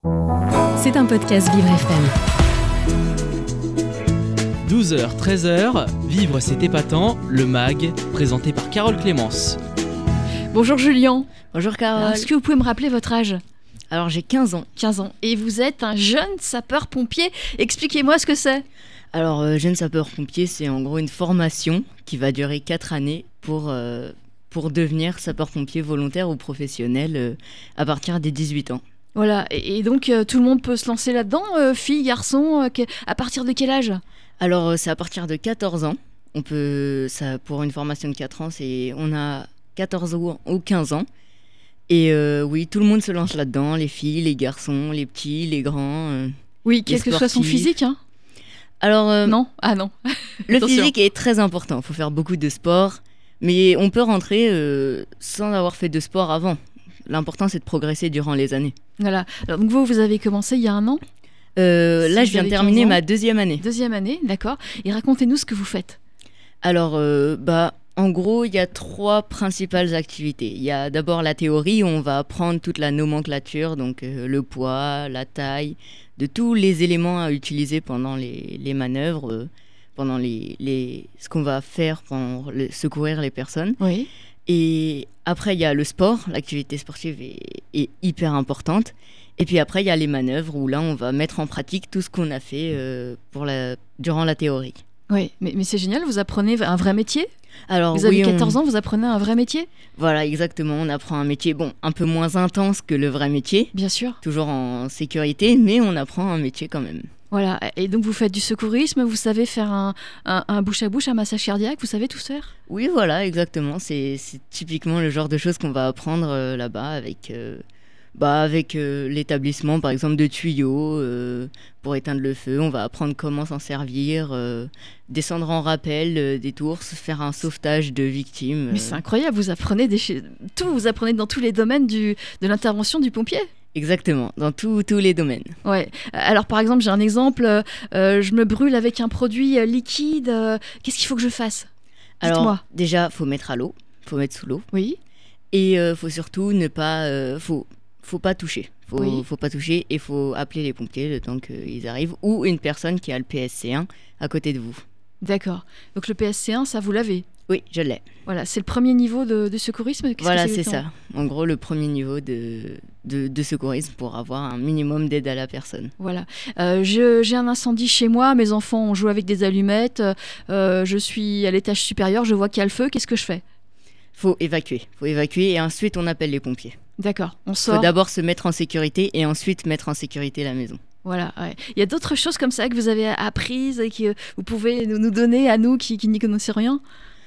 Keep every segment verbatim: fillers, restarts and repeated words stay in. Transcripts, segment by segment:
C'est un podcast Vivre F M. douze heures, treize heures, Vivre c'est épatant, le mag, présenté par Carole Clémence. Bonjour Julien. Bonjour Carole. Est-ce que vous pouvez me rappeler votre âge ? Alors j'ai quinze ans. quinze ans. Et vous êtes un jeune sapeur-pompier. Expliquez-moi ce que c'est. Alors euh, jeune sapeur-pompier, c'est en gros une formation qui va durer quatre années pour, euh, pour devenir sapeur-pompier volontaire ou professionnel euh, à partir des dix-huit ans. Voilà. Et, et donc euh, tout le monde peut se lancer là-dedans, euh, filles, garçons, euh, que- à partir de quel âge ? Alors euh, c'est à partir de quatorze ans. On peut, ça, pour une formation de quatre ans, c'est, on a quatorze ou ou quinze ans. Et euh, oui, tout le monde se lance là-dedans, les filles, les garçons, les petits, les grands. euh. Oui, quel que soit son sportifs. physique, hein ? Alors euh, Non ? Ah non. le Attention. physique est très important, il faut faire beaucoup de sport, mais on peut rentrer euh, sans avoir fait de sport avant. L'important c'est de progresser durant les années. Voilà. Alors donc vous, vous avez commencé il y a un an, Euh, Si là vous je viens de avez terminer quinze ans. ma deuxième année. deuxième année, d'accord. Et racontez-nous ce que vous faites. Alors euh, bah en gros il y a trois principales activités. Il y a d'abord la théorie où on va apprendre toute la nomenclature, donc euh, le poids, la taille, de tous les éléments à utiliser pendant les, les manœuvres, euh, pendant les, les, ce qu'on va faire pour le- secourir les personnes. Oui. Et après, il y a le sport, l'activité sportive est, est hyper importante. Et puis après, il y a les manœuvres où là, on va mettre en pratique tout ce qu'on a fait euh, pour la, durant la théorie. Oui, mais, mais c'est génial, vous apprenez un vrai métier. Alors, Vous avez oui, on- quatorze ans, vous apprenez un vrai métier. Voilà, exactement. On apprend un métier, bon, un peu moins intense que le vrai métier, Bien sûr. toujours en sécurité, mais on apprend un métier quand même. Voilà, et donc vous faites du secourisme, vous savez faire un, un, un bouche à bouche, un massage cardiaque, vous savez tout faire ? Oui, voilà, exactement. C'est, c'est typiquement le genre de choses qu'on va apprendre euh, là-bas avec, euh, bah, avec euh, l'établissement, par exemple, de tuyaux euh, pour éteindre le feu. On va apprendre comment s'en servir, euh, descendre en rappel euh, des tours, faire un sauvetage de victimes. Mais euh. c'est incroyable, vous apprenez des chi- tout, vous apprenez dans tous les domaines du, de l'intervention du pompier. Exactement, dans tous tous les domaines. Ouais. Alors par exemple, j'ai un exemple, euh, euh, je me brûle avec un produit euh, liquide, euh, qu'est-ce qu'il faut que je fasse ? Alors, Dites-moi. déjà, faut mettre à l'eau, faut mettre sous l'eau. Oui, Et euh, faut surtout ne pas, euh, faut, faut pas toucher. Faut, Oui. faut pas toucher et faut appeler les pompiers le temps qu'ils arrivent ou une personne qui a le P S C un à côté de vous. d'accord. Donc le P S C un, ça vous l'avez. Oui, je l'ai. Voilà, c'est le premier niveau de, de secourisme. Qu'est-ce que Voilà, c'est exactement ça. En gros, le premier niveau de, de, de secourisme pour avoir un minimum d'aide à la personne. Voilà. Euh, je- j'ai un incendie chez moi, mes enfants ont joué avec des allumettes, euh, je suis à l'étage supérieur, je vois qu'il y a le feu, qu'est-ce que je fais ? Faut évacuer. Faut évacuer et ensuite on appelle les pompiers. D'accord, on Faut sort. d'abord se mettre en sécurité et ensuite mettre en sécurité la maison. Voilà, ouais. Il y a d'autres choses comme ça que vous avez apprises et que vous pouvez nous, nous donner à nous qui, qui n'y connaissons rien ?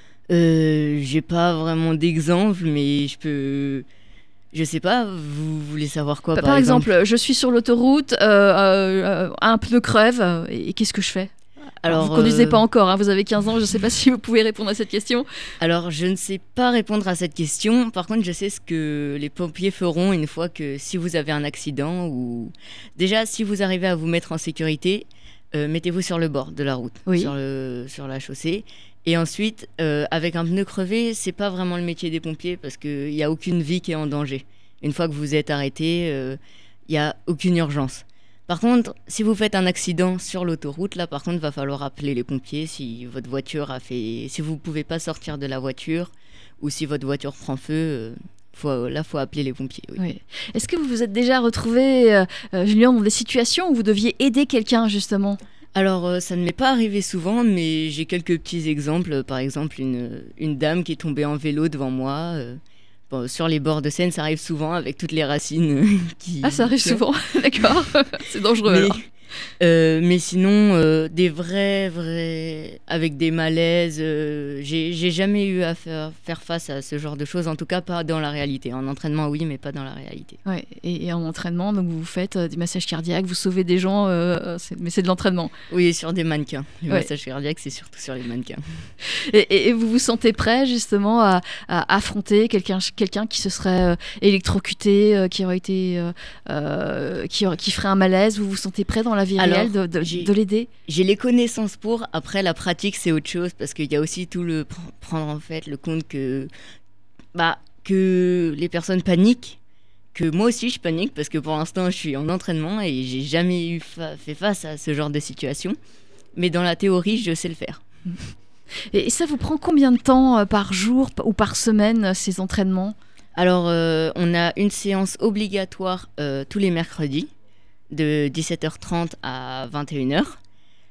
Euh, j'ai pas vraiment d'exemple, mais je peux. Je sais pas, vous voulez savoir quoi Par, par, exemple, je suis sur l'autoroute, euh, euh, euh, un pneu crève, euh, et, et qu'est-ce que je fais ? Alors, vous conduisez euh, pas encore, hein, vous avez quinze ans, je sais pas si vous pouvez répondre à cette question. Alors, je ne sais pas répondre à cette question. Par contre, je sais ce que les pompiers feront une fois que si vous avez un accident ou déjà si vous arrivez à vous mettre en sécurité, euh, mettez-vous sur le bord de la route, Oui. sur le sur la chaussée. Et ensuite, euh, avec un pneu crevé, c'est pas vraiment le métier des pompiers parce qu'il n'y a aucune vie qui est en danger. Une fois que vous êtes arrêté, euh, il n'y a aucune urgence. Par contre, si vous faites un accident sur l'autoroute, là, par contre, va falloir appeler les pompiers si votre voiture a fait, si vous pouvez pas sortir de la voiture ou si votre voiture prend feu, euh, faut, là, faut appeler les pompiers. Oui. Oui. Est-ce que vous vous êtes déjà retrouvé, euh, euh, Julien, dans des situations où vous deviez aider quelqu'un, justement ? Alors, euh, ça ne m'est pas arrivé souvent, mais j'ai quelques petits exemples. Par exemple, une, une dame qui est tombée en vélo devant moi. euh, bon, sur les bords de Seine, ça arrive souvent avec toutes les racines euh, qui. Ah, ça arrive souvent, d'accord. C'est dangereux, Mais, alors. euh, mais sinon, euh, des vrais, vrais, avec des malaises, euh, j'ai j'ai jamais eu à faire, faire face à ce genre de choses, en tout cas pas dans la réalité. En entraînement, oui, mais pas dans la réalité. Ouais, et, et en entraînement, donc vous faites euh, des massages cardiaques, vous sauvez des gens, euh, c'est- mais c'est de l'entraînement. Oui, sur des mannequins. Les Ouais. massages cardiaques, c'est surtout sur les mannequins. Et, et- et vous vous sentez prêt justement à, à affronter quelqu'un quelqu'un qui se serait euh, électrocuté, euh, qui aurait été, euh, euh, qui, aurait- qui ferait un malaise. Vous vous sentez prêt dans la vie Alors, réelle de, de- j'ai- de l'aider ? J'ai les connaissances pour, après la pratique c'est autre chose parce qu'il y a aussi tout le pr- prendre en fait le compte que, bah, que les personnes paniquent que moi aussi je panique parce que pour l'instant je suis en entraînement et j'ai jamais eu fa- fait face à ce genre de situation. Mais dans la théorie, je sais le faire. Et ça vous prend combien de temps euh, par jour p- ou par semaine, euh, ces entraînements ? Alors, euh, on a une séance obligatoire euh, tous les mercredis de dix-sept heures trente à vingt et une heures.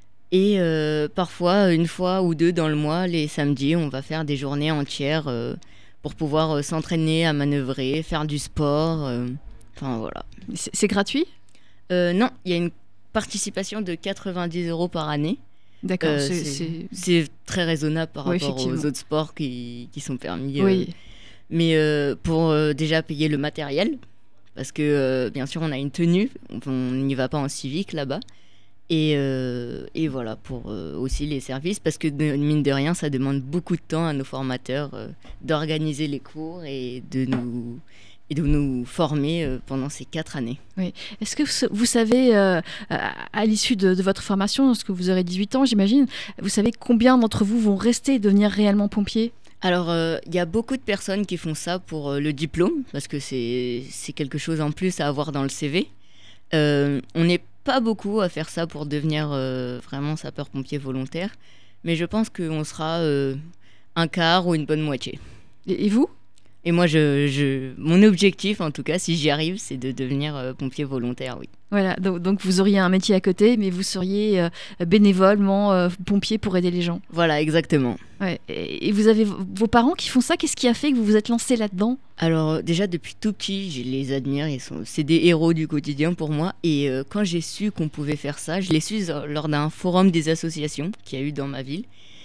Et euh, parfois, une fois ou deux dans le mois, les samedis, on va faire des journées entières euh, pour pouvoir euh, s'entraîner à manœuvrer, faire du sport. euh, Enfin, voilà. C'est, c'est gratuit ? Euh, non, il y a une participation de quatre-vingt-dix euros par année. D'accord, Euh, c'est, c'est, c'est- c'est très raisonnable par Oui, rapport aux effectivement. autres sports qui, qui sont permis. euh, Oui, Mais euh, pour euh, déjà payer le matériel, parce que euh, bien sûr on a une tenue, on on n'y va pas en civique là-bas. Et, euh, et voilà, pour euh, aussi les services, parce que de- mine de rien, ça demande beaucoup de temps à nos formateurs euh, d'organiser les cours et de nous, et de nous former euh, pendant ces quatre années. est-ce que vous vous savez, euh, à à l'issue de, de votre formation, lorsque vous aurez dix-huit ans, j'imagine, vous savez combien d'entre vous vont rester et devenir réellement pompiers ? Alors, euh, il y a beaucoup de personnes qui font ça pour euh, le diplôme, parce que c'est, c'est quelque chose en plus à avoir dans le C V. Euh, on n'est pas beaucoup à faire ça pour devenir euh, vraiment sapeur-pompier volontaire, mais je pense qu'on sera euh, un quart ou une bonne moitié. Et, et vous ? Et moi, je, je, mon objectif, en tout cas, si j'y arrive, c'est de devenir euh, pompier volontaire, oui. Voilà, donc, donc vous auriez un métier à côté, mais vous seriez euh, bénévolement euh, pompier pour aider les gens. Voilà, exactement. Ouais. Et, et vous avez v- vos parents qui font ça ? Qu'est-ce qui a fait que vous vous êtes lancé là-dedans ? Alors euh, déjà depuis tout petit, je les admire, ils sont, c'est des héros du quotidien pour moi. Et euh, quand j'ai su qu'on pouvait faire ça, je l'ai su euh, lors d'un forum des associations qu'il y a eu dans ma ville.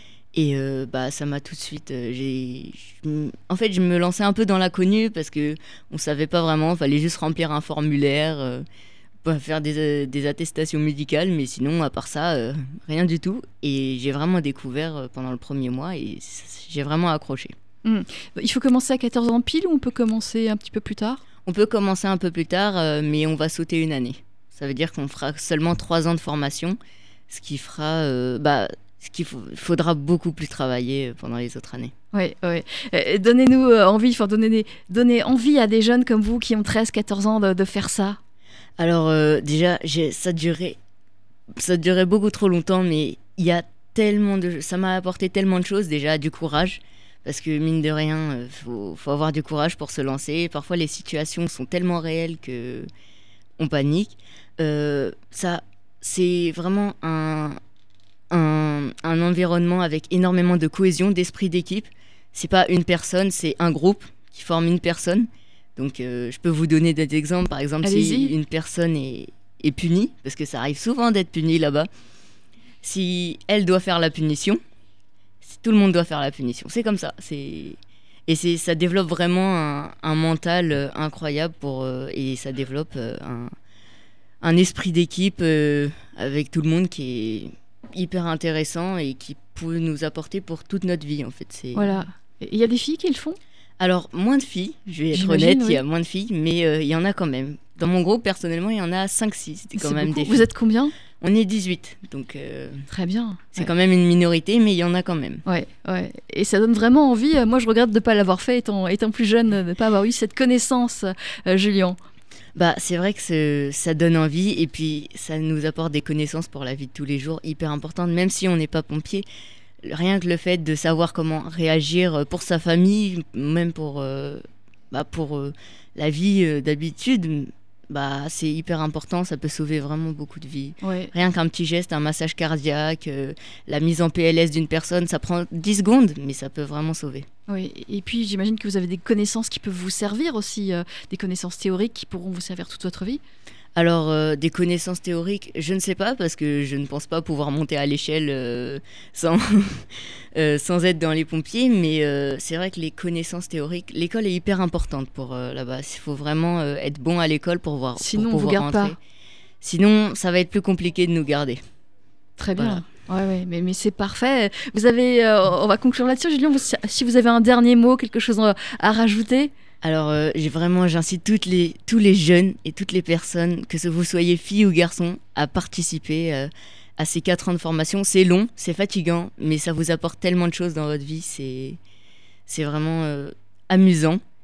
Et euh, bah ça m'a tout de suite, euh, j'ai, je m- en fait je me lançais un peu dans l'inconnu parce que on savait pas vraiment, fallait juste remplir un formulaire, euh, pas faire des, euh, des attestations médicales, mais sinon à part ça euh, rien du tout. Et j'ai vraiment découvert euh, pendant le premier mois et c- j'ai vraiment accroché. Il faut commencer à quatorze ans pile ou on peut commencer un petit peu plus tard ? On peut commencer un peu plus tard, euh, mais on va sauter une année. Ça veut dire qu'on fera seulement trois ans de formation, ce qui fera, euh, bah, ce qu'il faut- faudra beaucoup plus travailler euh, pendant les autres années. Oui, oui. Euh, Donnez-nous euh, envie, enfin donnez, donnez envie à des jeunes comme vous qui ont treize quatorze ans de, de faire ça. Alors euh, déjà, j'ai, ça durait, ça durait beaucoup trop longtemps, mais il y a tellement de, ça m'a apporté tellement de choses. Déjà du courage, parce que mine de rien, euh, faut, faut avoir du courage pour se lancer. Parfois, les situations sont tellement réelles que on panique. Euh, ça, c'est vraiment un, un, un environnement avec énormément de cohésion, d'esprit d'équipe. C'est pas une personne, c'est un groupe qui forme une personne. Donc, euh, je peux vous donner des exemples. Par exemple, si Allez-y. une personne est, est punie, parce que ça arrive souvent d'être punie là-bas, si elle doit faire la punition, si tout le monde doit faire la punition. C'est comme ça. C'est... Et c'est, ça développe vraiment un, un mental euh, incroyable pour, euh, et ça développe euh, un, un esprit d'équipe euh, avec tout le monde qui est hyper intéressant et qui peut nous apporter pour toute notre vie en fait. C'est... Voilà. Et il y a des filles qui le font ? Alors, moins de filles, je vais être J'imagine, honnête, il oui. y a moins de filles, mais euh, il y en a quand même. Dans mon groupe, personnellement, il y en a cinq six. C'était quand C'est même beaucoup. des Vous filles. êtes combien ? On est dix-huit, donc euh, Très bien. c'est Ouais. quand même une minorité, mais il y en a quand même. Ouais, ouais. Et ça donne vraiment envie. Euh, Moi, je regrette de ne pas l'avoir fait étant, étant plus jeune, de ne pas avoir eu cette connaissance, euh, Julien. Bah, c'est vrai que ce- ça donne envie et puis ça nous apporte des connaissances pour la vie de tous les jours hyper importantes, même si on n'est pas pompier. Rien que le fait de savoir comment réagir pour sa famille, même pour, euh, bah, pour euh, la vie euh, d'habitude, bah, c'est hyper important, ça peut sauver vraiment beaucoup de vies. Ouais. Rien qu'un petit geste, un massage cardiaque, euh, la mise en P L S d'une personne, ça prend dix secondes, mais ça peut vraiment sauver. Oui. Et puis, j'imagine que vous avez des connaissances qui peuvent vous servir aussi, euh, des connaissances théoriques qui pourront vous servir toute votre vie. Alors, euh, des connaissances théoriques, je ne sais pas, parce que je ne pense pas pouvoir monter à l'échelle euh, sans, euh, sans être dans les pompiers, mais euh, c'est vrai que les connaissances théoriques, l'école est hyper importante pour euh, là-bas. Il faut vraiment euh, être bon à l'école pour, voir, Sinon, pour on vous pouvoir garde rentrer. Sinon, ça va être plus compliqué de nous garder. Très bien. Ouais, ouais, mais, mais c'est parfait. Vous avez, euh, on va conclure là-dessus, Julien. Vous- si vous avez un dernier mot, quelque chose à, à rajouter. Alors, euh, j'ai vraiment, j'incite toutes les, tous les jeunes et toutes les personnes, que ce vous soyez filles ou garçons, à participer euh, à ces quatre ans de formation. C'est long, c'est fatigant, mais ça vous apporte tellement de choses dans votre vie. C'est, c'est vraiment euh, amusant.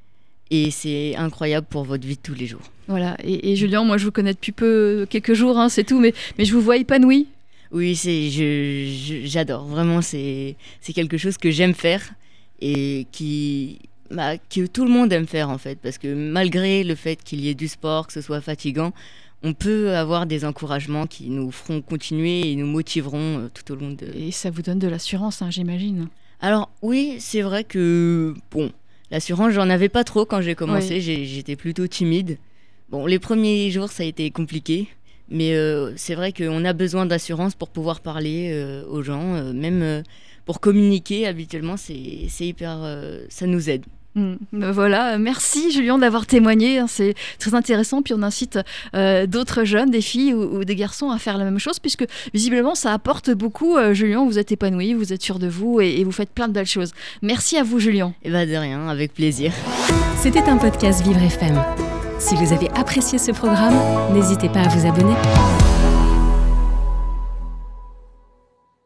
et c'est incroyable pour votre vie de tous les jours. Voilà, et, et Julien, moi je vous connais depuis peu, quelques jours, hein, c'est tout, mais, mais je vous vois épanoui. Oui, c'est, je, je- j'adore, vraiment, c'est, c'est quelque chose que j'aime faire et qui, bah, que tout le monde aime faire en fait, parce que malgré le fait qu'il y ait du sport, que ce soit fatigant, on peut avoir des encouragements qui nous feront continuer et nous motiveront euh, tout au long de... Et ça vous donne de l'assurance, hein, j'imagine. Alors oui, c'est vrai que, bon, l'assurance, j'en avais pas trop quand j'ai commencé, Oui. j'ai- j'étais plutôt timide. Bon, les premiers jours, ça a été compliqué, mais euh, c'est vrai qu'on a besoin d'assurance pour pouvoir parler euh, aux gens, euh, même euh, pour communiquer habituellement, c'est, c'est hyper... euh, ça nous aide. Mm. Ben voilà, merci Julien d'avoir témoigné, hein, c'est très intéressant. Puis on incite euh, d'autres jeunes, des filles ou, ou des garçons à faire la même chose, puisque visiblement ça apporte beaucoup. Euh, Julien, vous êtes épanoui, vous êtes sûr de vous et, et vous faites plein de belles choses. Merci à vous Julien. Et bah de rien, avec plaisir. C'était un podcast Vivre F M. Si vous avez apprécié ce programme, n'hésitez pas à vous abonner.